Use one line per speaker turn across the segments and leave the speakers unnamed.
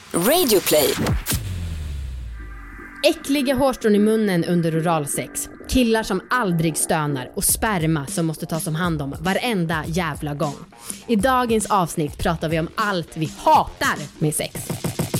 Radioplay.
Äckliga hårstrån i munnen under oralsex. Killar som aldrig stönar och sperma som måste tas om hand om varenda jävla gång. I dagens avsnitt pratar vi om allt vi hatar med sex.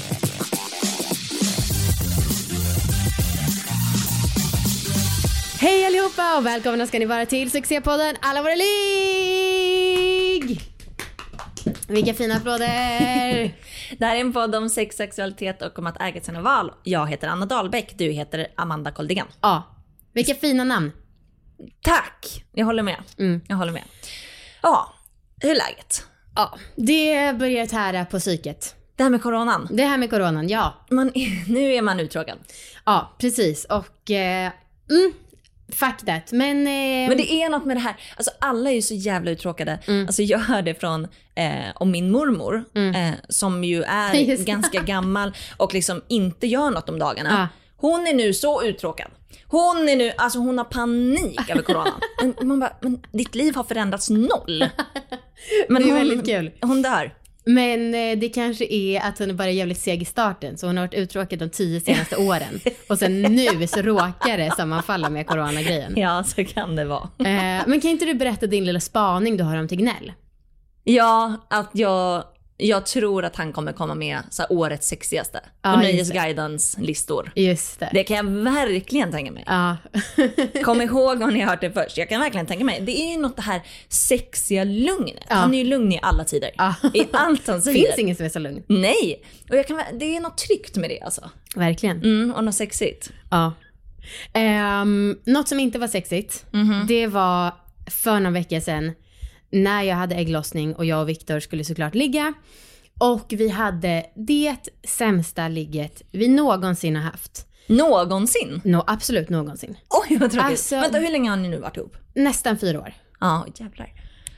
Hej allihopa och välkomna ska ni vara till succépodden Alla våra ligg! Vilka fina applåder!
Det här är en podd om sex, sexualitet och om att äga sina val. Jag heter Anna Dahlbäck, du heter Amanda Koldigan.
Ja, vilka fina namn.
Tack, jag håller med. Jag håller med. Ja, hur är läget?
Ja, det börjar tära på psyket.
Det här med coronan.
Det här med coronan, ja.
Nu är man uttråkad.
Ja, precis. Och fuck that. Men
det är något med det här. Alltså alla är ju så jävla uttråkade. Alltså jag hörde från om min mormor som ju är ganska gammal och liksom inte gör något om dagarna. Hon är nu så uttråkad. Hon har panik över coronan. Man bara, men ditt liv har förändrats noll. Men
det är väldigt kul.
Hon dör.
Men det kanske är att hon är bara jävligt seg i starten. Så hon har varit uttråkad de 10 senaste åren. Och sen nu så råkar det sammanfalla med coronagrejen.
Ja, så kan det vara.
Men kan inte du berätta din lilla spaning du har om Tegnell?
Ja, att jag tror att han kommer komma med så här, årets sexigaste. Nöjesguidens listor.
Just det.
Det kan jag verkligen tänka mig.
Ja.
Kom ihåg vad ni har hört det först. Jag kan verkligen tänka mig. Det är ju något det här sexiga lugnet.
Ja.
Han är ju lugn i alla tider.
Ja.
I allt han säger.
Finns ingen som är så lugn.
Nej. Och det är något tryggt med det alltså.
Verkligen.
Och något sexigt.
Ja. Något som inte var sexigt. Det var för några veckor sedan. När jag hade ägglossning och jag och Viktor skulle såklart ligga. Och vi hade det sämsta ligget vi någonsin har haft.
Någonsin?
Absolut någonsin.
Oj, vad tråkigt.
Alltså,
vänta, hur länge har ni nu varit ihop?
Nästan 4 år.
Ja, jävlar.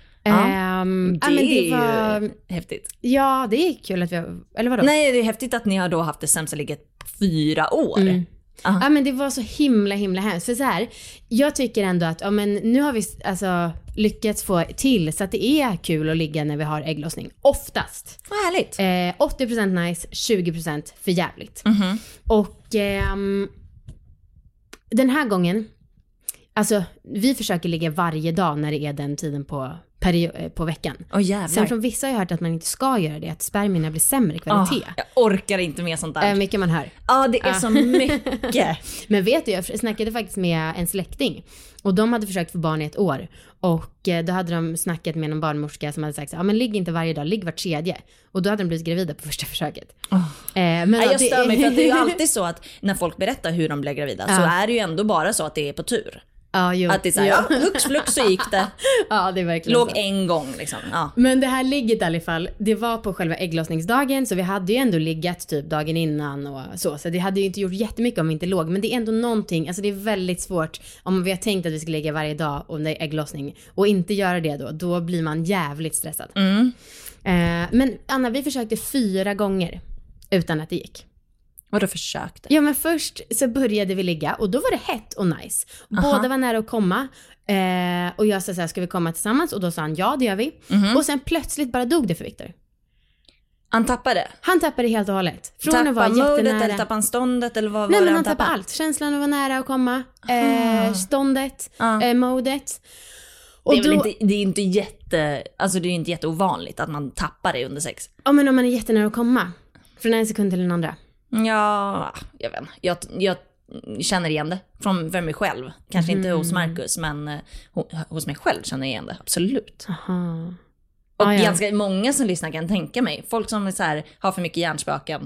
Det var
ju häftigt.
Ja, det är kul att vi har, eller vadå?
Nej, det är häftigt att ni har då haft det sämsta ligget 4 år.
Ja, men det var så himla hemskt. För så här, jag tycker ändå att men nu har vi alltså lyckats få till så att det är kul att ligga när vi har ägglossning. Oftast.
Vad härligt.
80% nice, 20% för jävligt. Och den här gången, alltså vi försöker ligga varje dag när det är den tiden på veckan. Sen från vissa har jag hört att man inte ska göra det, att spermierna blir sämre kvalitet.
Jag orkar inte med sånt där.
Mycket man hör.
Ja, det är så mycket.
Men vet du, jag snackade faktiskt med en släkting och de hade försökt få barn i 1 år. Och då hade de snackat med en barnmorska som hade sagt men ligg inte varje dag, ligg vart 3:e. Och då hade de blivit gravida på första försöket.
Men jag stör mig för att det är ju alltid så att när folk berättar hur de blir gravida så är det ju ändå bara så att det är på tur.
Ja, jo.
Att det är så här, hux flux så gick det.
Ja, det är verkligen
låg
så.
En gång liksom. Ja.
Men det här ligget i alla fall, det var på själva ägglossningsdagen. Så vi hade ju ändå liggat typ dagen innan och så. Så det hade ju inte gjort jättemycket om vi inte låg. Men det är ändå någonting, alltså det är väldigt svårt om vi har tänkt att vi ska ligga varje dag och det är ägglossning och inte göra det då blir man jävligt stressad. Men Anna, vi försökte 4 gånger utan att det gick.
Vad du försökte?
Ja, men först så började vi ligga och då var det hett och nice. Båda var nära att komma och jag sa så här, ska vi komma tillsammans? Och då sa han, ja det gör vi. Och sen plötsligt bara dog det för Viktor.
Han tappade?
Han tappade helt och hållet.
Från att vara jättenära. Eller tappade han ståndet? Eller vad
Nej,
var
men
det
han tappade allt. Känslan att vara nära att komma. Ståndet. Modet. Och
det är inte jätteovanligt att man tappar det under sex.
Ja, men om man är jättenära att komma. Från en sekund till den andra.
Ja, jag vet inte. Jag känner igen det från mig själv. Kanske inte hos Marcus, men hos mig själv känner jag igen det. Absolut. Och ganska många som lyssnar kan tänka mig. Folk som så här, har för mycket hjärnspöken.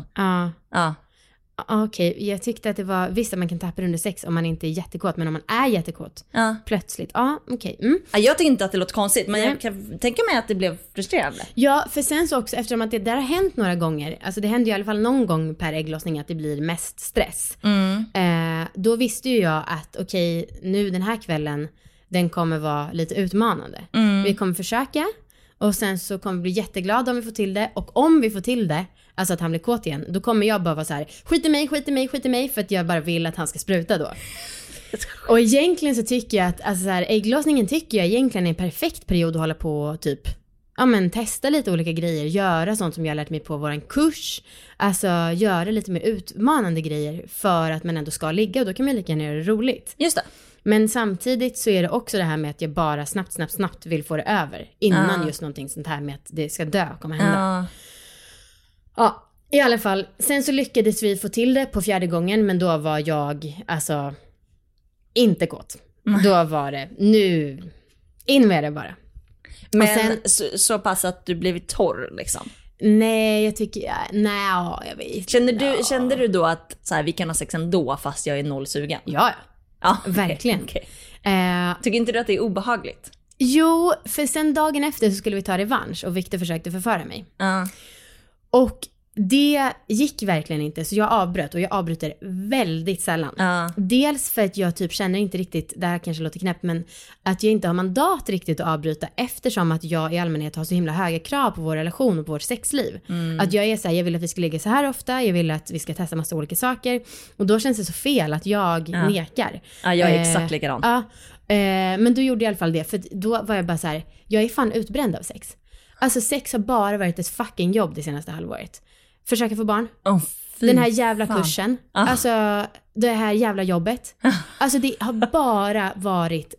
Okej, jag tyckte att det var vissa man kan tappa under sex om man inte är jättekåt, men om man är jättekåt plötsligt.
Jag tycker inte att det låter konstigt, men jag kan tänka mig att det blev frustrerande.
Ja, för sen så också, eftersom att det där har hänt några gånger, alltså det händer ju i alla fall någon gång per ägglossning att det blir mest stress. Då visste ju jag att nu den här kvällen den kommer vara lite utmanande. Vi kommer försöka och sen så kommer vi bli jätteglada om vi får till det, och om vi får till det, alltså att han blir kåt igen, då kommer jag bara vara så här: skit i mig, för att jag bara vill att han ska spruta då. Och egentligen så tycker jag att alltså så här, ägglossningen tycker jag egentligen är en perfekt period att hålla på typ testa lite olika grejer, göra sånt som jag har lärt mig på våran kurs, alltså göra lite mer utmanande grejer för att man ändå ska ligga, och då kan man lika gärna göra det roligt.
Just det.
Men samtidigt så är det också det här med att jag bara snabbt vill få det över innan just någonting sånt här med att det ska dö kommer hända. Ja, i alla fall. Sen så lyckades vi få till det på 4:e gången, men då var jag alltså inte kåt. Då var det, nu in med det bara.
Men sen, så pass att du blivit torr liksom?
Nej, jag tycker jag vet.
Kände du då att så här, vi kan ha sex ändå fast jag är nollsugen?
Ja, verkligen.
Okay. Tycker inte du att det är obehagligt?
Jo, för sen dagen efter så skulle vi ta revansch och Victor försökte förföra mig. Och det gick verkligen inte, så jag avbröt, och jag avbryter väldigt sällan. Dels för att jag typ känner inte riktigt, det här kanske låter knäppt, men att jag inte har mandat riktigt att avbryta, eftersom att jag i allmänhet har så himla höga krav på vår relation och på vårt sexliv. Att jag är så här, jag vill att vi ska ligga så här ofta, jag vill att vi ska testa massa olika saker, och då känns det så fel att jag nekar.
Ja, jag är exakt likadan.
Men då gjorde jag i alla fall det, för då var jag bara så här, jag är fan utbränd av sex. Alltså sex har bara varit ett fucking jobb det senaste halvåret. Försöka få barn. Den här jävla kursen. Alltså det här jävla jobbet. Alltså det har bara varit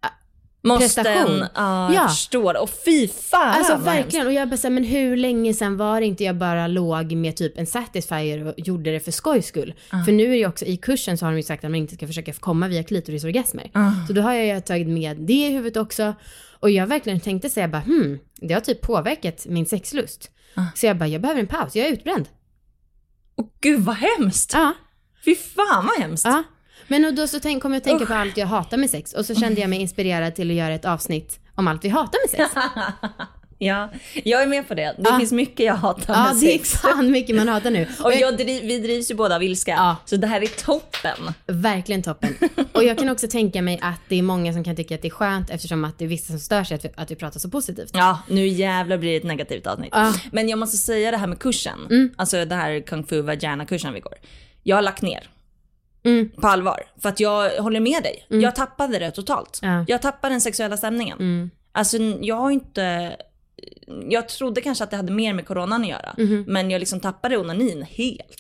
prestation.
Jag förstår. Och fy fan.
Alltså verkligen. Och jag bara så här, men hur länge sedan var det inte jag bara låg med typ en Satisfyer och gjorde det för skojs skull. För nu är det också i kursen så har de ju sagt att man inte ska försöka komma via klitorisorgasmer. Så då har jag tagit med det i huvudet också. Och jag verkligen tänkte säga bara, det har typ påverkat min sexlust. Så jag bara, jag behöver en paus, jag är utbränd.
Åh gud vad hemskt. Fy fan vad hemskt.
Men och då så kom jag att tänka på allt jag hatar med sex. Och så kände jag mig inspirerad till att göra ett avsnitt om allt vi hatar med sex.
Ja, jag är med på det. Det finns mycket jag hatar med sex.
Ja, det är fan mycket man hatar nu.
Och vi drivs ju båda av ilska. Så det här är toppen.
Verkligen toppen. Och jag kan också tänka mig att det är många som kan tycka att det är skönt, eftersom att det är vissa som stör sig att vi pratar så positivt. Ja,
nu jävlar blir det ett negativt avsnitt. Men jag måste säga det här med kursen. Alltså det här Kung Fu Vagina-kursen vi går. Jag har lagt ner. På allvar. För att jag håller med dig. Jag tappade det totalt. Jag tappade den sexuella stämningen. Alltså jag trodde kanske att det hade mer med coronan att göra. Men jag liksom tappade onanin helt.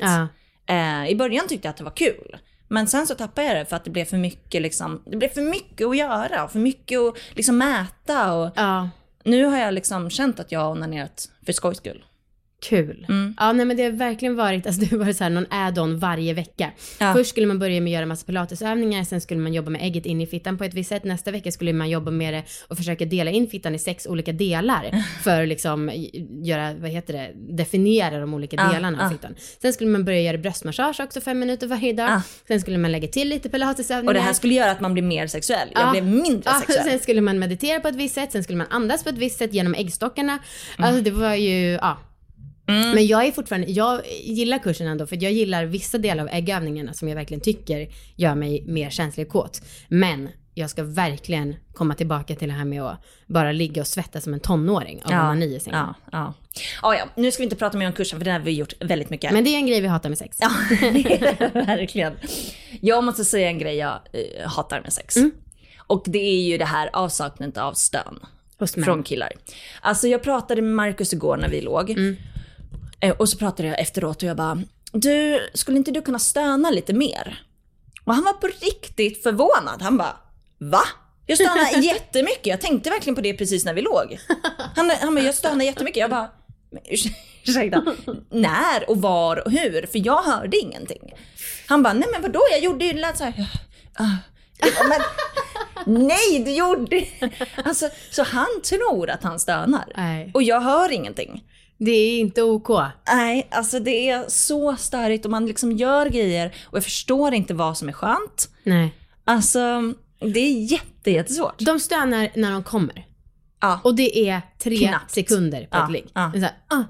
I början tyckte jag att det var kul. Men sen så tappade jag det för att det blev för mycket liksom, det blev för mycket att göra. Och för mycket att liksom mäta. Och nu har jag liksom känt att jag har onanerat för skojs skull.
Kul. Ja, nej, men det har verkligen varit, alltså det har varit så här någon add-on varje vecka. Först skulle man börja med att göra massa pilatesövningar, sen skulle man jobba med ägget in i fittan på ett visst sätt. Nästa vecka skulle man jobba med det och försöka dela in fittan i 6 olika delar för att liksom göra, definiera de olika delarna av fittan. Sen skulle man börja göra bröstmassage också 5 minuter varje dag. Sen skulle man lägga till lite pilatesövningar.
Och det här skulle göra att man blir mer sexuell. Jag blev mindre sexuell.
Sen skulle man meditera på ett visst sätt, sen skulle man andas på ett visst sätt genom äggstockarna. Alltså det var ju, Men jag gillar kursen ändå, för jag gillar vissa delar av äggövningarna som jag verkligen tycker gör mig mer känslig och kåt. Men jag ska verkligen komma tillbaka till det här med att bara ligga och svettas som en tonåring av onani i sängen.
Nu ska vi inte prata mer om kursen, för det har vi gjort väldigt mycket.
Men det är en grej vi hatar med sex.
Ja, verkligen. Jag måste säga en grej jag hatar med sex. Och det är ju det här avsaknaden av stön från killar. Alltså jag pratade med Marcus igår när vi låg. Och så pratade jag efteråt och jag bara, skulle inte du kunna stöna lite mer? Och han var på riktigt förvånad. Han bara, va? Jag stönar jättemycket. Jag tänkte verkligen på det precis när vi låg. Han bara, jag stönar jättemycket. Jag bara, ursäkta, när och var och hur? För jag hörde ingenting. Han bara, nej men vadå? Jag gjorde ju lät så här. Men, nej, du gjorde. Alltså, så han tror att han stönar.
Nej.
Och jag hör ingenting.
Det är inte OK.
Nej, alltså det är så störigt och man liksom gör grejer och jag förstår inte vad som är skönt.
Nej.
Alltså, det är jättesvårt.
De stönar när de kommer. Och det är 3 sekunder på ett ligg. Så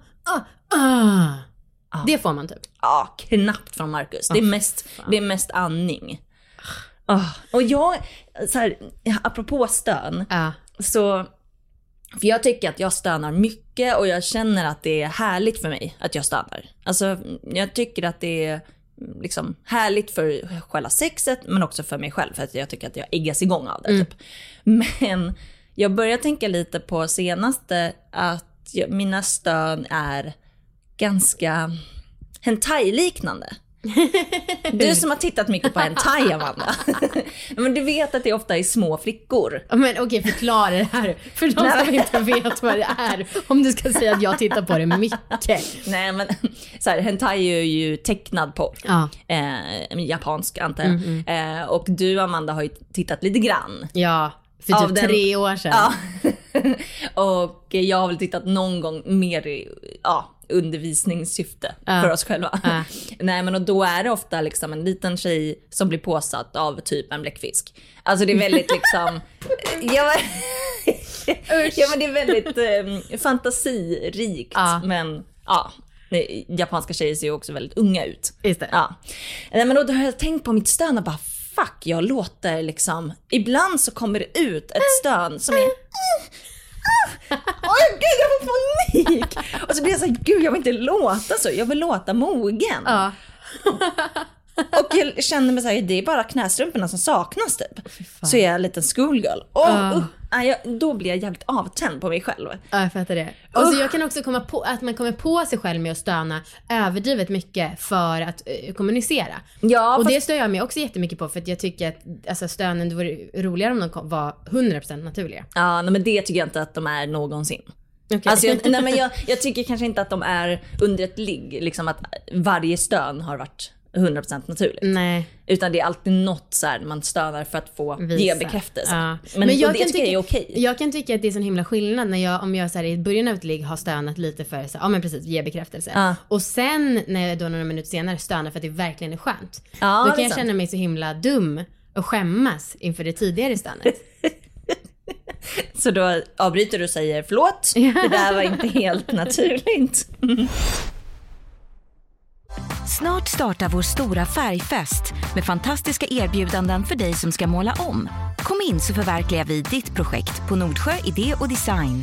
här, Det får man typ.
Ja, knappt från Marcus. Det är mest andning. Och jag, så här, apropå stön, så... För jag tycker att jag stönar mycket och jag känner att det är härligt för mig att jag stönar. Alltså jag tycker att det är liksom härligt för själva sexet men också för mig själv, för att jag tycker att jag äggas igång av det typ. Men jag börjar tänka lite på senaste att mina stön är ganska hentai-liknande. Du som har tittat mycket på hentai, Amanda. Men du vet att det ofta är små flickor.
Men okej, förklara det här för de som inte vet vad det är. Om du ska säga att jag tittar på det mycket.
Nej, men så här, hentai är ju tecknad på japansk, antar jag. Och du, Amanda, har ju tittat lite grann.
Ja, för typ 3 år sedan.
Ja. Och jag har väl tittat någon gång mer i undervisningssyfte för oss själva. Nej, men och då är det ofta liksom en liten tjej som blir påsatt av typ en bläckfisk. Alltså det är väldigt liksom ja, men det är väldigt fantasirikt. Men japanska tjejer ser ju också väldigt unga ut.
Just det.
Ja. Nej, men då har jag tänkt på mitt stön och bara fuck, jag låter liksom, ibland så kommer det ut ett stön som är åh gud, jag får panik. Och så blir jag så här, gud, jag vill inte låta så. Jag vill låta mogen.
Ja.
Och jag känner mig så här, det är bara knästrumporna som saknas typ. Så är jag en liten schoolgirl. Då blir jag jävligt avtänd på mig själv.
Ja, jag fattar det. Och så jag kan också komma på att man kommer på sig själv med att stöna överdrivet mycket för att kommunicera. Ja, och det stör jag mig också jättemycket på, för att jag tycker att alltså, stönen, det vore roligare om de var 100% naturliga.
Ja, men det tycker jag inte att de är någonsin. Okay. Alltså, jag tycker kanske inte att de är under ett ligg, liksom att varje stön har varit 100% naturligt.
Nej.
Utan det är alltid något så här man stönar för att få ge bekräftelse.
Ja.
Men jag kan tycka är okej.
Jag kan tycka att det är sån himla skillnad när om jag så här, i början av ett ligg har stönat lite för så här, men precis, ge bekräftelse. Och sen när jag då några minuter senare stönar för att det verkligen är skönt. Då kan jag känna mig så himla dum och skämmas inför det tidigare stönet.
Så då avbryter du och säger förlåt, det där var inte helt naturligt.
Snart startar vår stora färgfest med fantastiska erbjudanden för dig som ska måla om. Kom in så förverkligar vi ditt projekt på Nordsjö Idé och Design.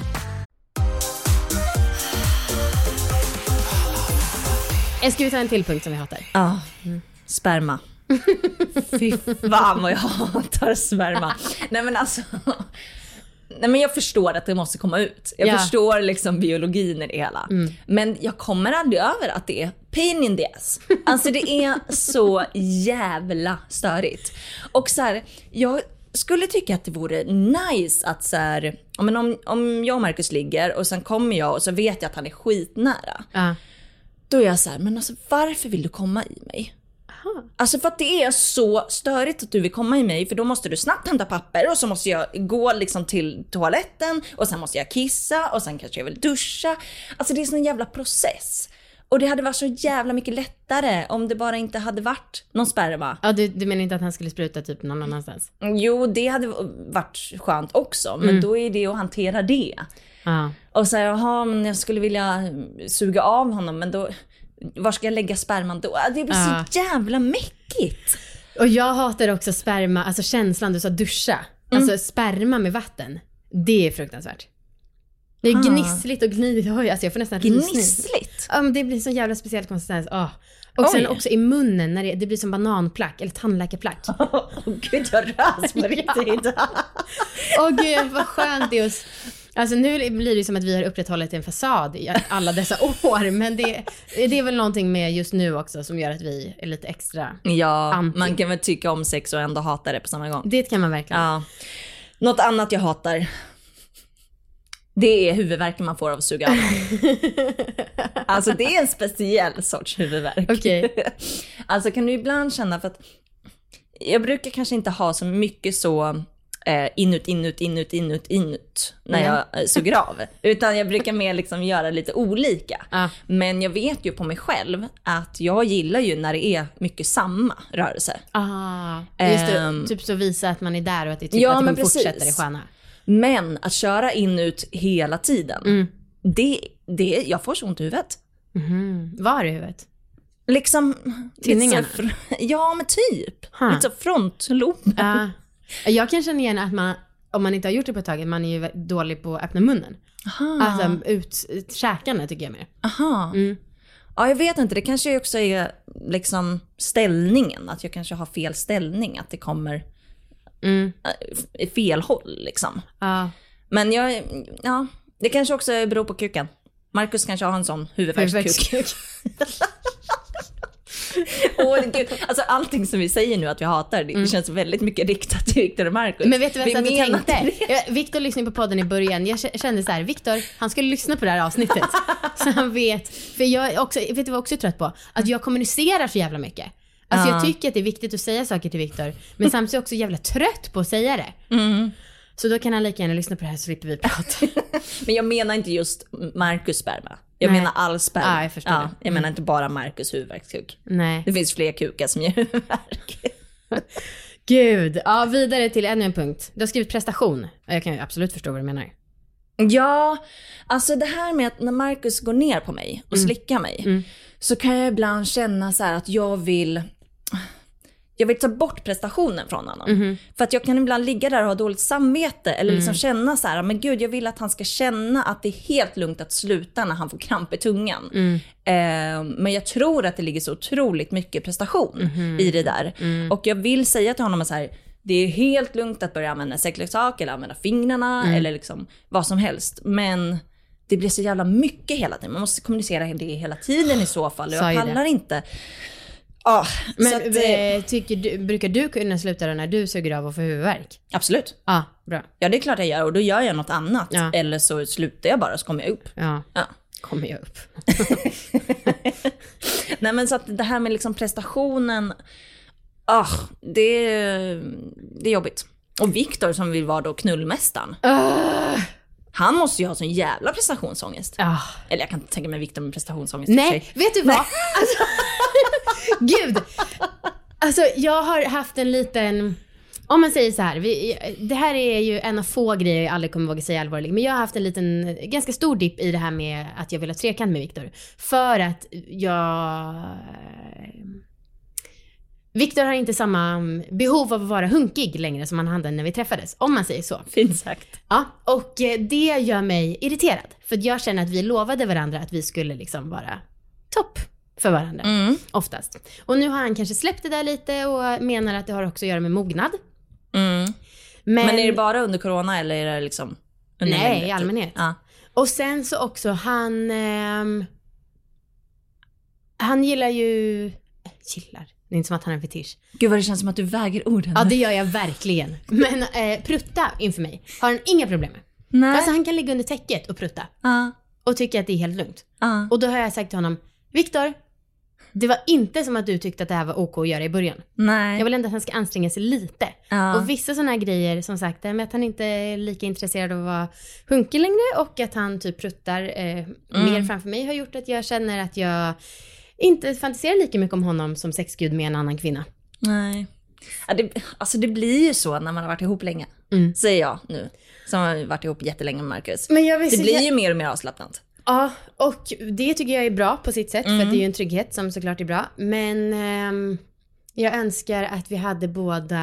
Ska vi ta en till punkt som vi hatar?
Ja, sperma. Fy fan vad jag hatar sperma. Nej, men jag förstår att det måste komma ut. Jag förstår liksom biologin i det hela. Men jag kommer aldrig över att det är pain in the ass. Alltså det är så jävla störigt. Och så här, jag skulle tycka att det vore nice att så här, om jag och Marcus ligger och sen kommer jag och så vet jag att han är skitnära. Då är jag så här, men alltså varför vill du komma i mig? Alltså för att det är så störigt att du vill komma i mig, för då måste du snabbt hämta papper och så måste jag gå liksom till toaletten och sen måste jag kissa och sen kanske jag vill duscha. Alltså det är sån jävla process. Och det hade varit så jävla mycket lättare om det bara inte hade varit någon sperma.
Ja, du menar inte att han skulle spruta typ någon annanstans?
Jo, det hade varit skönt också, men då är det att hantera det. Och så här, men jag skulle vilja suga av honom, men då... Var ska jag lägga sperman då? Det blir så jävla mäckigt.
Och jag hatar också sperma, alltså känslan du sa duscha. Alltså sperma med vatten. Det är fruktansvärt. Det är gnissligt och gnidigt. Alltså jag får nästan
gnissligt?
Ja, men det blir så jävla speciell konsistens. Och sen också i munnen när det blir som bananplack eller tandläkarplack.
Gud, jag rös på riktigt.
Gud, vad skönt det är. Alltså nu blir det som att vi har upprätthållit en fasad i alla dessa år. Men det är väl någonting med just nu också som gör att vi är lite extra anti.
Man kan väl tycka om sex och ändå hata det på samma gång.
Det kan man verkligen.
Ja. Något annat jag hatar, det är huvudvärken man får av att suga av. Alltså det är en speciell sorts huvudvärk.
Okay.
Alltså kan du ibland känna, för att jag brukar kanske inte ha så mycket så inut när jag suger av. Utan jag brukar mer liksom göra lite olika. Men jag vet ju på mig själv att jag gillar ju när det är mycket samma rörelse.
Just det, typ så visa att man är där och att det typ att man fortsätter i sköna.
Men att köra inut hela tiden, det jag får så ont i huvudet.
Var i huvudet?
Liksom
tinningarna.
Ja, men typ. Lite så frontloben.
Jag kan känna igen att man, om man inte har gjort det på ett tag, man är ju dålig på att öppna munnen. Alltså käkarna tycker jag mer. Ja, jag vet inte. Det kanske också är liksom ställningen. Att jag kanske har fel ställning. Att det kommer fel håll liksom.
Men det kanske också beror på kuken. Marcus kanske har en sån huvudvärkskuk. Alltså allting som vi säger nu att vi hatar, det känns väldigt mycket riktat till Victor och Marcus.
Men vet du vad jag tänkte? Victor lyssnade på podden i början. Jag kände så här, Victor, han skulle lyssna på det här avsnittet. Så han vet. För jag också, vet du vad jag också är trött på? Att jag kommunicerar så jävla mycket. Alltså jag tycker att det är viktigt att säga saker till Victor. Men samtidigt är jag också jävla trött på att säga det. Så då kan han lika gärna lyssna på det här så slipper vi prata.
Men jag menar inte just Marcus sperma. Jag menar all sperma.
Jag förstår det.
Jag menar inte bara Marcus huvudvärkskuk.
Nej.
Det finns fler kukar som ger huvudvärk.
Gud. Ja, vidare till ännu en punkt. Du har skrivit prestation. Jag kan ju absolut förstå vad du menar.
Ja, alltså det här med att när Marcus går ner på mig och slickar mig så kan jag ibland känna så här att jag vill ta bort prestationen från honom. För att jag kan ibland ligga där och ha dåligt samvete eller liksom känna så här, men gud, jag vill att han ska känna att det är helt lugnt att sluta när han får kramp i tungan. Men jag tror att det ligger så otroligt mycket prestation i det där. Och jag vill säga till honom så här, det är helt lugnt att börja använda sexleksak eller använda fingrarna eller liksom vad som helst. Men det blir så jävla mycket hela tiden. Man måste kommunicera det hela tiden i så fall. Och jag pallar inte.
Men så att, brukar du kunna sluta då när du suger av och får huvudvärk?
Absolut.
Bra.
Ja, det är klart jag gör. Och då gör jag något annat. Eller så slutar jag bara så kommer jag upp.
Kommer jag upp.
Nej, men så att det här med liksom prestationen, det är jobbigt. Och Victor som vill vara då knullmästaren. Han måste ju ha sån jävla prestationsångest. Eller jag kan inte tänka mig Victor med prestationsångest.
Nej, vet du vad? Alltså, gud. Alltså jag har haft en liten, om man säger så här, det här är ju en av få grejer jag aldrig kommer våga säga allvarligt, men jag har haft en liten, ganska stor dipp i det här med att jag vill ha trekant med Victor. För att Victor har inte samma behov av att vara hunkig längre som han hade när vi träffades, om man säger så.
Fint sagt.
Ja, och det gör mig irriterad. För jag känner att vi lovade varandra att vi skulle liksom vara topp för varandra, oftast. Och nu har han kanske släppt det där lite och menar att det har också att göra med mognad. Men
är det bara under corona eller är det liksom under
nej, i allmänhet. Och sen så också, han gillar ju... Det är inte som att han är en fetisch.
Gud vad det känns som att du väger orden.
Ja, det gör jag verkligen. Men prutta inför mig har han inga problem med.
Nej.
Alltså han kan ligga under täcket och prutta. Och tycka att det är helt lugnt. Och då har jag sagt till honom, Victor, det var inte som att du tyckte att det här var ok att göra i början.
Nej.
Jag vill ändå att han ska anstränga sig lite. Och vissa sådana här grejer, som sagt, med att han inte är lika intresserad av att vara hunkig längre och att han typ pruttar mer framför mig, har gjort att jag känner att jag inte fantiserar lika mycket om honom som sexgud med en annan kvinna.
Nej. Det blir ju så när man har varit ihop länge. Säger jag nu. Som har varit ihop jättelänge med Marcus.
Men
det blir ju mer och mer avslappnat.
Ja, och det tycker jag är bra på sitt sätt. För att det är ju en trygghet som såklart är bra. Men jag önskar att vi hade båda...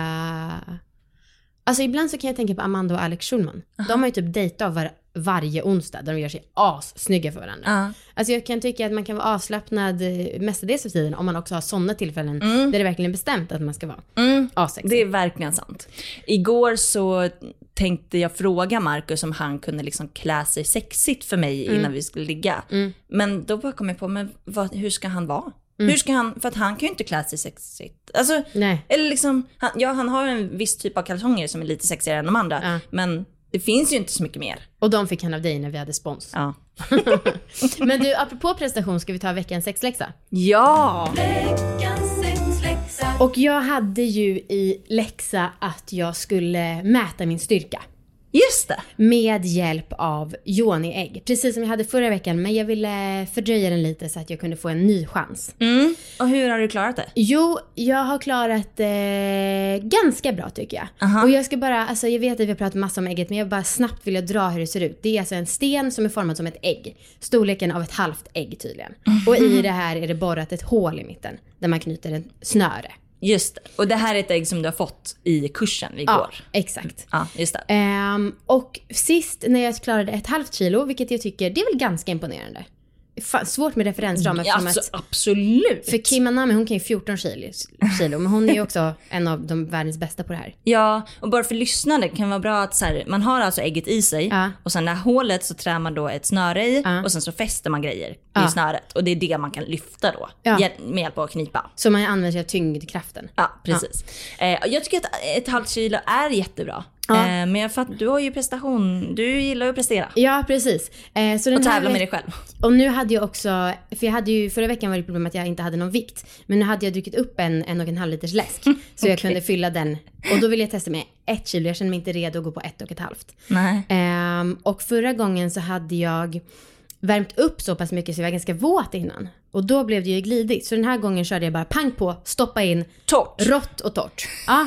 Alltså ibland så kan jag tänka på Amanda och Alex Schulman. De har ju typ dejtat varje onsdag där de gör sig snygga för varandra. Alltså jag kan tycka att man kan vara avslappnad mestadels av tiden om man också har sådana tillfällen där det verkligen är bestämt att man ska vara asexig.
Det är verkligen sant. Igår så tänkte jag fråga Marcus om han kunde liksom klä sig sexigt för mig innan vi skulle ligga. Men då bara kom jag på, men hur ska han vara? Hur ska han, för att han kan ju inte klä sig sexigt. Alltså,
nej.
Eller liksom, han har en viss typ av kalsonger som är lite sexigare än de andra. Men det finns ju inte så mycket mer.
Och de fick han av dig när vi hade spons.
Ja.
Men du, apropå prestation, ska vi ta veckans sexläxa?
Ja!
Veckans sexläxa. Och jag hade ju i läxa att jag skulle mäta min styrka.
Just det.
Med hjälp av yoni-ägg. Precis som jag hade förra veckan. Men jag ville fördröja den lite så att jag kunde få en ny chans.
Och hur har du klarat det?
Jo, jag har klarat det ganska bra tycker jag. Och jag ska bara, alltså jag vet att vi har pratat massa om ägget. Men jag bara snabbt vill dra hur det ser ut. Det är alltså en sten som är formad som ett ägg. Storleken av ett halvt ägg tydligen. Och i det här är det borrat ett hål i mitten. Där man knyter en snöre.
Just det. Och det här är ett ägg som du har fått i kursen igår.
Ja, exakt.
Ja, just det.
Och sist när jag klarade 1,5 kilo, vilket jag tycker, det är väl ganska imponerande. svårt med referensram.
Absolut.
För Kim Anami, hon kan ju 14 kilo, men hon är ju också en av de världens bästa på det här.
Ja, och bara för lyssnande kan vara bra att så här, man har alltså ägget i sig och sen det här hålet så trär man då ett snöre i och sen så fäster man grejer i snöret och det är det man kan lyfta då med hjälp av att knipa.
Så man använder sig av tyngdkraften.
Ja, precis. Jag tycker att ett halvt kilo är jättebra. Men jag fattar, du har ju prestation, du gillar ju att prestera.
Ja, precis. Så den
och tävla med dig själv.
Och nu hade jag också, för jag hade ju förra veckan var det problem att jag inte hade någon vikt. Men nu hade jag druckit upp en 1,5 liters läsk. Så jag kunde fylla den. Och då ville jag testa med 1 kilo. Jag kände mig inte redo att gå på 1,5.
Nej.
Och förra gången så hade jag värmt upp så pass mycket så jag var ganska våt innan. Och då blev det ju glidigt. Så den här gången körde jag bara pang på, stoppa in.
Torrt.
Rått och torrt. Ja.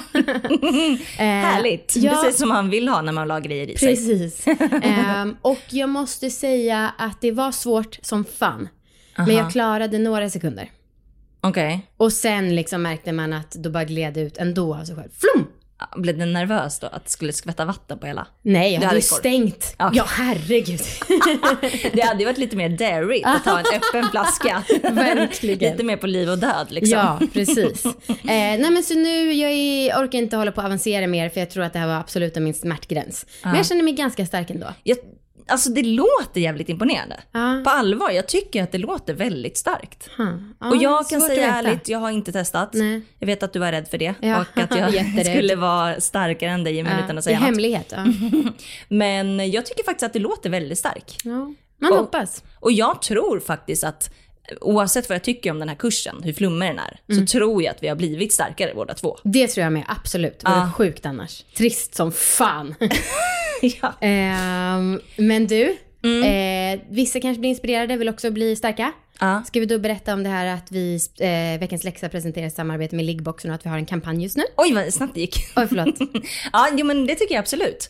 Härligt.
Ja.
Precis som man vill ha när man lagar grejer i sig.
Precis. Och jag måste säga att det var svårt som fan. Men jag klarade några sekunder.
Okej.
Och sen liksom märkte man att då bara gled ut ändå av sig själv. Flum!
Blev du nervös då att det skulle skvätta vatten på hela?
Nej, jag hade ju stängt. Okay. Ja, herregud.
Det hade ju varit lite mer dairy att ta en öppen flaska.
Verkligen.
Lite mer på liv och död liksom.
Ja, precis. Nej men så nu, jag orkar inte hålla på att avancera mer för jag tror att det här var absolut min smärtgräns. Men jag känner mig ganska stark ändå.
Alltså det låter jävligt imponerande. På allvar, jag tycker att det låter väldigt starkt. Och jag kan säga ärligt, jag har inte testat. Nej. Jag vet att du var rädd för det. Och att jag skulle vara starkare än dig utan att säga något.
I hemlighet,
Men jag tycker faktiskt att det låter väldigt stark.
Ja, man hoppas.
Och jag tror faktiskt att oavsett vad jag tycker om den här kursen, hur flummig den är, så tror jag att vi har blivit starkare båda två.
Det tror jag med, absolut. Det var sjukt annars. Trist som fan.
Ja.
Men du, vissa kanske blir inspirerade, vill också bli starka. Ska vi då berätta om det här att vi veckans läxa presenterar samarbete med Liggboxen och att vi har en kampanj just nu?
Oj, vad snabbt det gick.
Oj, förlåt.
Ja, men det tycker jag absolut.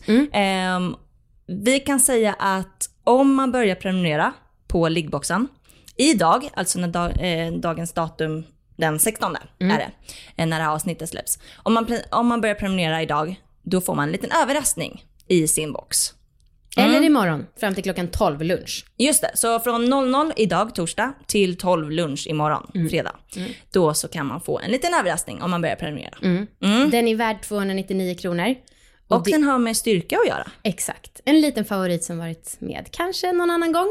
Vi kan säga att om man börjar prenumerera på Liggboxen idag, alltså när dagens datum den 16 är det, när det här avsnittet släpps. Om man börjar prenumerera idag, då får man en liten överraskning i sin box.
Eller imorgon, fram till klockan 12 lunch.
Just det, så från 00 idag, torsdag, till 12 lunch imorgon, fredag. Då så kan man få en liten överraskning om man börjar prenumerera.
Den är värd 299 kronor.
Och den har med styrka att göra.
Exakt. En liten favorit som varit med kanske någon annan gång.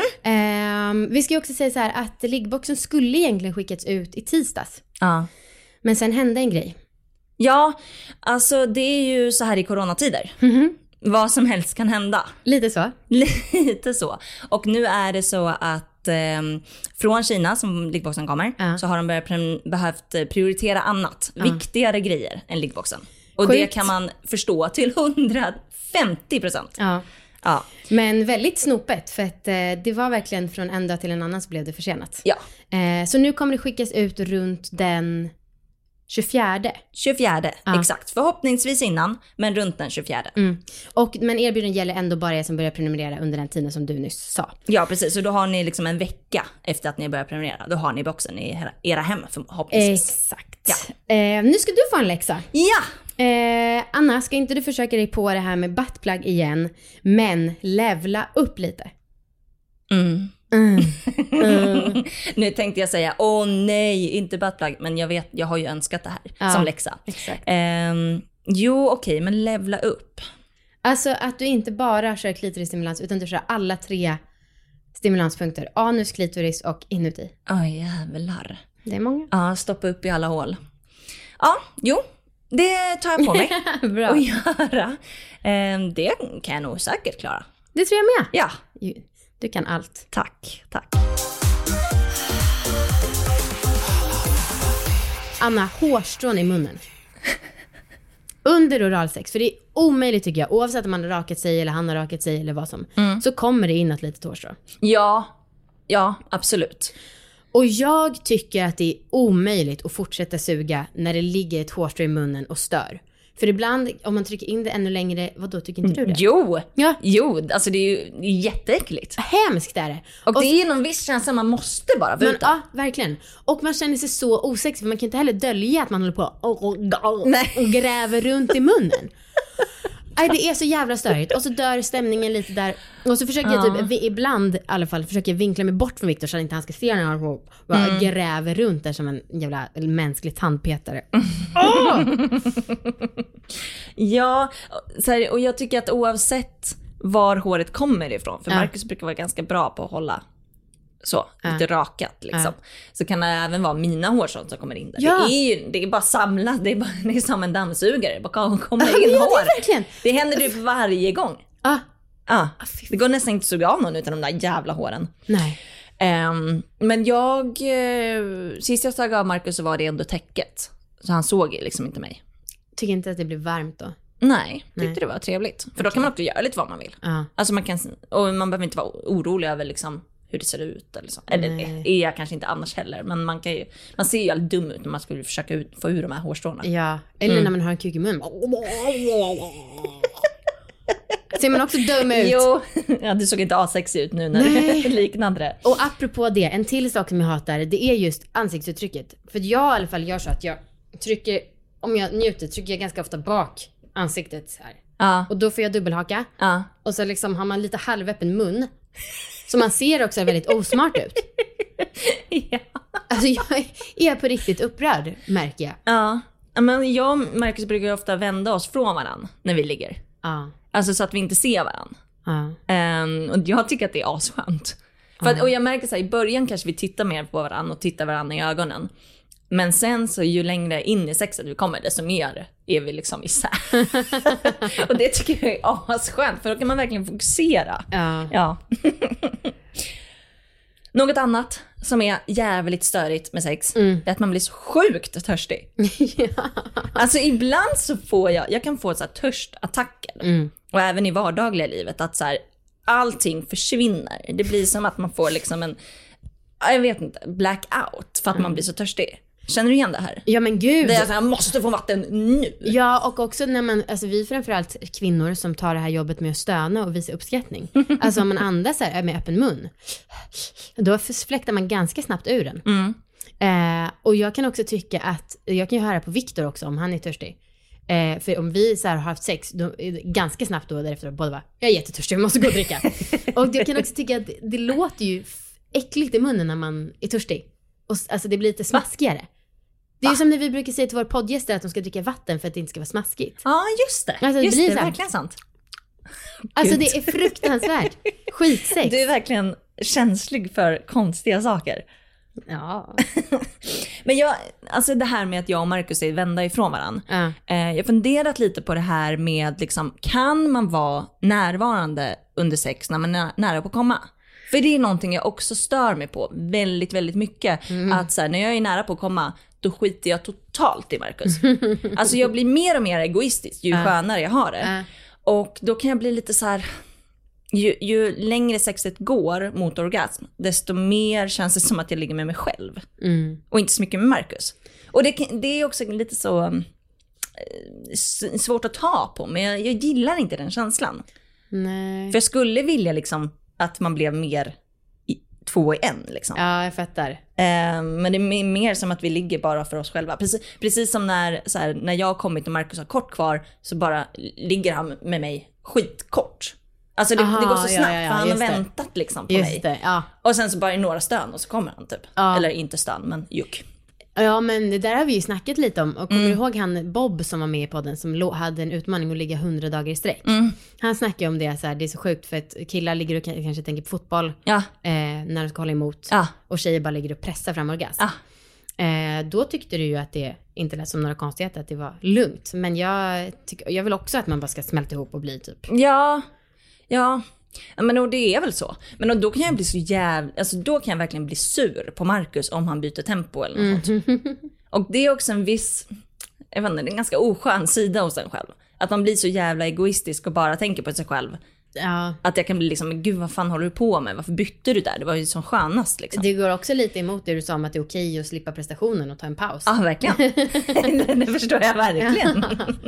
Vi ska också säga så här att Liggboxen skulle egentligen skickats ut i tisdags. Men sen hände en grej. Ja,
alltså det är ju så här i coronatider. Vad som helst kan hända.
Lite så.
Lite så. Och nu är det så att från Kina som Liggboxen kommer så har de behövt prioritera annat. Viktigare grejer än Liggboxen. Och det kan man förstå till 150%.
Ja. Men väldigt snopet för att det var verkligen från en dag till en annan så blev det försenat.
Ja.
Så nu kommer det skickas ut runt den 24.
Exakt. Förhoppningsvis innan, men runt den 24.
Men erbjudandet gäller ändå bara er som börjar prenumerera under den tiden som du nyss sa.
Ja, precis. Så då har ni liksom en vecka efter att ni börjar prenumerera. Då har ni boxen i era hem förhoppningsvis.
Exakt. Ja. Nu ska du få en läxa.
Ja!
Anna, ska inte du försöka dig på det här med buttplug igen, men levla upp lite?
Nu tänkte jag säga, nej, inte buttplug, men jag har ju önskat det här som läxa.
Exakt.
Okej, men levla upp.
Alltså att du inte bara kör klitorisstimulans utan du kör alla 3 stimulanspunkter. Anus, klitoris och inuti.
Jävlar.
Det är många.
Ja, stoppa upp i alla hål. Ja, jo. Det tar jag på mig.
Bra.
Att göra. Det kan jag nog säkert klara.
Det tror jag med.
Ja.
Du kan allt.
Tack.
Anna, hårstrån i munnen. Under oralsex. För det är omöjligt tycker jag. Oavsett om man har rakat sig eller han har rakat sig eller vad som. Så kommer det in ett litet hårstrå. Ja, absolut. Och jag tycker att det är omöjligt att fortsätta suga när det ligger ett hårstrå i munnen och stör. För ibland, om man trycker in det ännu längre, vadå, tycker inte du det? Jo, alltså det är ju jätteäckligt. Hemskt är det. Och det är någon viss känsla man måste bara vara utan. Ja, verkligen. Och man känner sig så osexig, för man kan inte heller dölja att man håller på och gräver runt i munnen. Nej, det är så jävla störigt. Och så dör stämningen lite där. Och så försöker jag typ ibland i alla fall försöker vinkla mig bort från Victor så att inte han ska se när han bara gräver runt där som en jävla mänsklig tandpetare.
Ja, så här, och jag tycker att oavsett var håret kommer ifrån, för Marcus brukar vara ganska bra på att hålla så, lite rakat liksom. Så kan det även vara mina hårstrån som kommer in där. Ja. Det är bara samlat, det är som en dammsugare. Det bara kommer in hår. Det händer det varje gång. Det går nästan inte att suga av någon utan de där jävla håren.
Nej.
Men sist jag såg av Marcus så var det ändå täcket. Så han såg liksom inte mig.
Tycker inte att det blir varmt då?
Nej, tyckte det var trevligt. För då kan man också göra lite vad man vill. Alltså och man behöver inte vara orolig över liksom hur det ser ut eller så. Eller det är jag kanske inte annars heller. Men man ser ju alldeles dum ut när man skulle försöka få ur de här hårstråna.
Ja, eller när man har en kuk i mun. Ser man också dum ut?
Jo, du såg inte asexig ut nu när det liknade det.
Och apropå det, en till sak som jag hatar, det är just ansiktsuttrycket. För jag i alla fall gör så att jag trycker, om jag njuter, trycker jag ganska ofta bak ansiktet så här. Och då får jag dubbelhaka. Och så liksom har man lite halvöppen mun. Så man ser också väldigt osmart ut. Alltså jag är på riktigt upprörd, märker jag.
Ja, men jag och Marcus brukar ofta vända oss från varann när vi ligger. Alltså så att vi inte ser varann. Och jag tycker att det är asskönt. Och jag märker så här, i början kanske vi tittar mer på varann och tittar varann i ögonen. Men sen så ju längre in i sexet vi kommer, desto mer är vi liksom isär. Och det tycker jag är asskönt, för då kan man verkligen fokusera. Ja. Något annat som är jävligt störigt med sex är att man blir så sjukt törstig. Alltså ibland så får jag kan få så här törstattacker. Och även i vardagliga livet att så här, allting försvinner. Det blir som att man får liksom en, jag vet inte, blackout för att man blir så törstig. Känner du igen det här?
Ja men gud.
Det är så här, jag måste få vatten nu.
Ja, och också när man, alltså vi framförallt kvinnor som tar det här jobbet med att stöna och visa uppskattning. Alltså om man andas här med öppen mun, då fläktar man ganska snabbt ur den. Och jag kan också tycka att, jag kan ju höra på Victor också om han är törstig. För om vi så här har haft sex då, ganska snabbt då därefter båda bara, jag är jättetörstig, jag måste gå och dricka. Och jag kan också tycka att det låter ju äckligt i munnen när man är törstig. Och, alltså det blir lite smaskigare. Det är ju som när vi brukar säga till våra poddgäster att de ska dricka vatten för att det inte ska vara smaskigt.
Ja, just det.
Alltså,
just det
är
verkligen sant.
Alltså det är fruktansvärt. Skitsex.
Du är verkligen känslig för konstiga saker.
Ja.
Men alltså det här med att jag och Marcus är vända ifrån varann. Jag har funderat lite på det här med liksom, kan man vara närvarande under sex när man är nära på att komma? För det är någonting jag också stör mig på väldigt, väldigt mycket. Att så här, när jag är nära på att komma, då skiter jag totalt i Marcus. Alltså jag blir mer och mer egoistisk ju skönare jag har det. Och då kan jag bli lite så här, ju längre sexet går mot orgasm, desto mer känns det som att jag ligger med mig själv. Och inte så mycket med Marcus. Och det är också lite så svårt att ta på, men jag gillar inte den känslan.
Nej.
För jag skulle vilja liksom att man blev mer två i en liksom.
Ja, jag fattar.
Men det är mer som att vi ligger bara för oss själva. Precis som när jag har kommit och Marcus har kort kvar, så bara ligger han med mig skitkort. Alltså det går så snabbt, för han har väntat liksom på mig.
Det, ja.
Och sen så bara i några stön och så kommer han typ. Eller inte stön, men juck.
Ja, men det där har vi ju snackat lite om. Och kommer du ihåg han Bob som var med i podden, som hade en utmaning att ligga 100 dagar i sträck? Han snackade om det så här, det är så sjukt för att killar ligger och kanske tänker på fotboll när de ska hålla emot. Och tjejer bara ligger och pressar fram orgasm. Då tyckte du ju att det inte lät som några konstigheter, att det var lugnt. Men jag vill också att man bara ska smälta ihop och bli typ.
Ja, men det är väl så. Men då kan jag bli så alltså då kan jag verkligen bli sur på Marcus om han byter tempo eller något sånt. Och det är också en viss, jag vet inte, det är en ganska oskön sida hos en själv. Att man blir så jävla egoistisk och bara tänker på sig själv.
Ja.
Att jag kan bli liksom, gud vad fan håller du på med? Varför bytte du där? Det var ju som skönast liksom.
Det går också lite emot det du sa om att det är okej att slippa prestationen och ta en paus.
Ja, verkligen. Det förstår jag verkligen.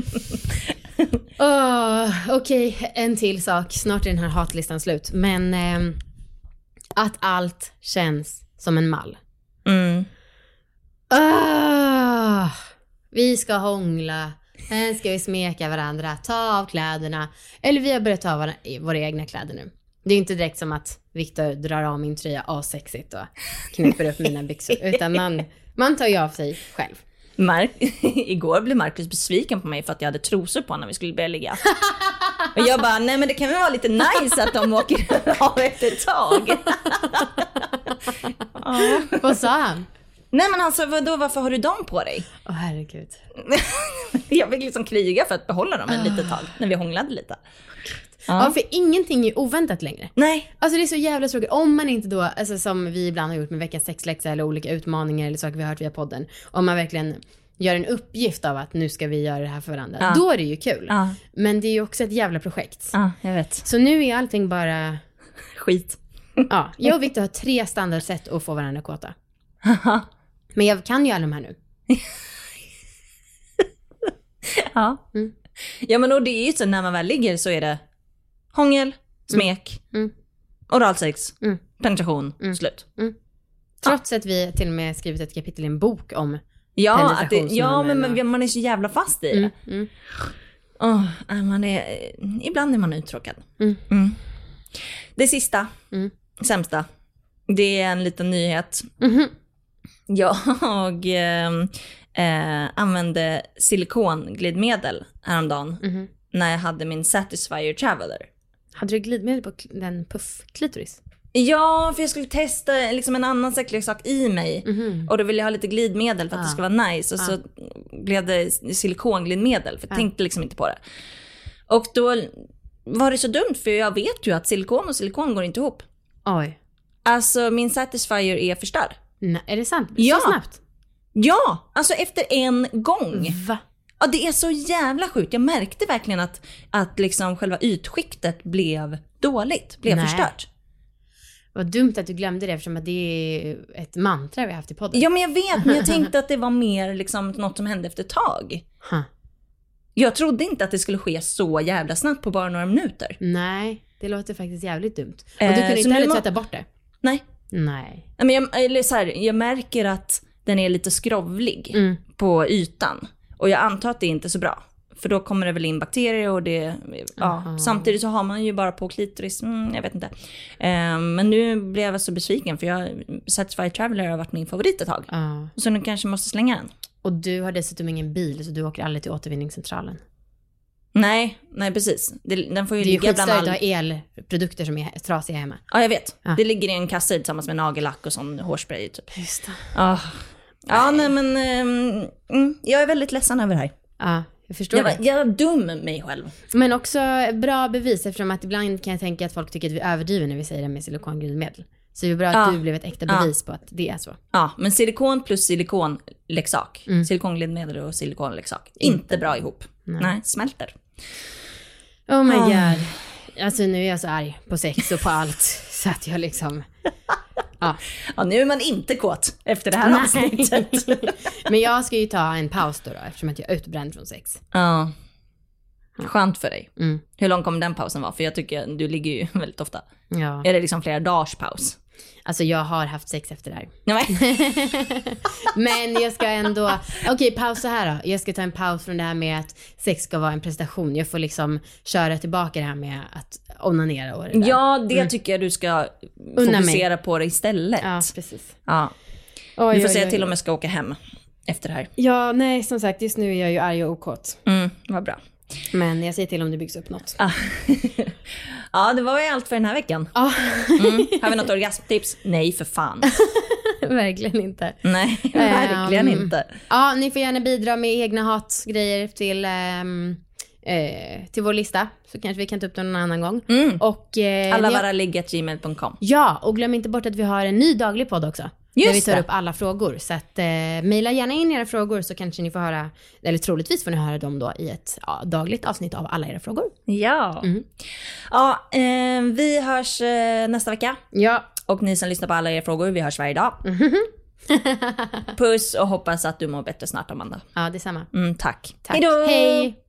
Okej, en till sak. Snart är den här hatlistan slut. Men att allt känns som en mall. Vi ska hångla. Ska vi smeka varandra, ta av kläderna. Eller vi har börjat ta våra egna kläder nu. Det är inte direkt som att Victor drar av min tröja asexigt och knäpper upp mina byxor. Utan man tar ju av sig själv.
Igår blev Marcus besviken på mig för att jag hade trosor på när vi skulle börja ligga. Och jag bara, nej men det kan väl vara lite nice att de åker av efter ett tag.
Vad sa han?
Nej men alltså, varför har du dem på dig?
Herregud.
Jag fick liksom kriga för att behålla dem en litet tag när vi hånglade lite.
Ja, för ingenting är oväntat längre.
Nej.
Alltså det är så jävla tråkigt. Om man inte då, alltså som vi ibland har gjort med veckans sexläxa eller olika utmaningar eller saker vi har hört via podden. Om man verkligen gör en uppgift av att nu ska vi göra det här för varandra. Då är det ju kul. Men det är ju också ett jävla projekt.
Ja, jag vet.
Så nu är allting bara...
skit.
Ja, jag och Victor har 3 standardsätt att få varandra kåta. Men jag kan ju alla de här nu.
Ja. Ja men och det är ju så när man väl ligger så är det hångel, smek, oralsex, penetration, slut.
Trots att vi till och med skrivit ett kapitel i en bok om
men man är så jävla fast i det. Ibland är man uttråkad. Det sista, sämsta, det är en liten nyhet. Jag använde silikonglidmedel häromdagen när jag hade min Satisfyer Traveler.
Hade du glidmedel på den puffklitoris?
Ja, för jag skulle testa liksom en annan sexleksak i mig. Och då ville jag ha lite glidmedel för att det ska vara nice. Och så blev det silikonglidmedel för jag tänkte liksom inte på det. Och då var det så dumt för jag vet ju att silikon och silikon går inte ihop.
Oj.
Alltså min Satisfyer är förstörd.
Nej, är det sant?
Ja.
Så snabbt?
Ja, alltså efter en gång.
Va?
Ja, det är så jävla sjukt. Jag märkte verkligen att liksom själva ytskiktet blev dåligt, blev förstört.
Vad dumt att du glömde det eftersom att det är ett mantra vi har haft i podden.
Ja, men jag vet, men jag tänkte att det var mer liksom något som hände efter ett tag. Jag trodde inte att det skulle ske så jävla snabbt på bara några minuter.
Nej, det låter faktiskt jävligt dumt. Och du kunde inte heller tvätta bort det?
Nej. Men jag märker att den är lite skrovlig på ytan. Och jag antar att det är inte så bra. För då kommer det väl in bakterier och det... Ja. Samtidigt så har man ju bara på klitoris. Jag vet inte. Men nu blev jag så besviken för Satisfyer Traveler har varit min favorit ett tag. Så nu kanske måste slänga den.
Och du har dessutom ingen bil så du åker aldrig till återvinningscentralen.
Nej precis. Den får ju ligga bland
all... Det är ju skitstörigt att ha elprodukter som är trasiga hemma.
Ja, jag vet. Det ligger i en kasse tillsammans med nagellack och sån hårspray typ.
Just det.
Ja, nej men jag är väldigt ledsen över det här.
Ja, jag förstår det.
Jag var dum mig själv.
Men också bra bevis eftersom att ibland kan jag tänka att folk tycker att vi överdriver när vi säger det med silikonglidmedel. Så det är bra att du blev ett äkta bevis på att det är så.
Ja, men silikon plus silikonleksak. Silikonglidmedel och silikonleksak. Inte bra ihop. Nej, smälter.
Oh my god. Alltså nu är jag så arg på sex och på allt. Så att jag liksom... Ja,
nu är man inte kåt efter det här avsnittet.
Men jag ska ju ta en paus då eftersom att jag är utbränd från sex.
Ja. Skönt för dig. Hur lång kommer den pausen vara? För jag tycker du ligger ju väldigt ofta.
Ja.
Är det liksom flera dagars paus?
Alltså jag har haft sex efter det här.
Nej.
Men jag ska ändå... Okej, paus så här då. Jag ska ta en paus från det här med att sex ska vara en prestation. Jag får liksom köra tillbaka det här med att onanera och det där.
Ja, det tycker jag du ska fokusera på det istället.
Ja, precis.
Ja. Du får säga till om jag ska åka hem efter det här.
Ja, nej, som sagt, just nu är jag ju arg och okåt.
Vad bra.
Men jag säger till om det byggs upp något.
Ja, det var ju allt för den här veckan. Har vi något orgasmtips? Nej, för fan.
Verkligen inte.
Nej, verkligen inte.
Ja, ni får gärna bidra med egna hatgrejer till vår lista. Så kanske vi kan ta upp den någon annan gång. Och,
allavaraliga@gmail.com.
Ja, och glöm inte bort att vi har en ny daglig podd också. Där vi tar upp alla frågor. Så att mejla gärna in era frågor så kanske ni får höra, eller troligtvis får ni höra dem då i ett dagligt avsnitt av alla era frågor.
Ja. Ja, vi hörs nästa vecka.
Ja.
Och ni som lyssnar på alla era frågor, vi hörs varje dag. Puss och hoppas att du mår bättre snart, Amanda.
Ja, detsamma.
Tack.
Hejdå! Hej!